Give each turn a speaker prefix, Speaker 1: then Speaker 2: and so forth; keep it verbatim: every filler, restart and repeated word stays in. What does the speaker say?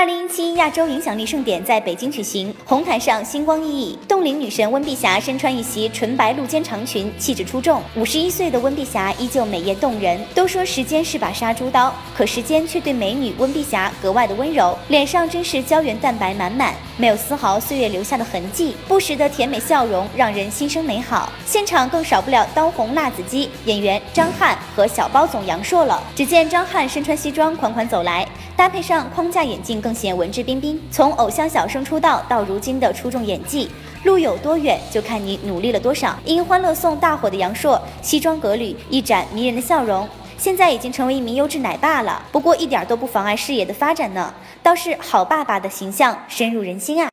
Speaker 1: 二零一七亚洲影响力盛典在北京举行，红毯上星光熠熠，冻龄女神温碧霞身穿一袭纯白露肩长裙，气质出众。五十一岁的温碧霞依旧美艳动人。都说时间是把杀猪刀，可时间却对美女温碧霞格外的温柔，脸上真是胶原蛋白满满，没有丝毫岁月留下的痕迹，不时的甜美笑容让人心生美好。现场更少不了当红辣子鸡演员张翰和小包总杨烁了。只见张翰身穿西装款款走来，搭配上框架眼镜，更显文质彬彬。从偶像小生出道到如今的出众演技，路有多远，就看你努力了多少。因《欢乐颂》大火的杨烁，西装革履，一展迷人的笑容，现在已经成为一名优质奶爸了。不过一点都不妨碍事业的发展呢，倒是好爸爸的形象深入人心啊。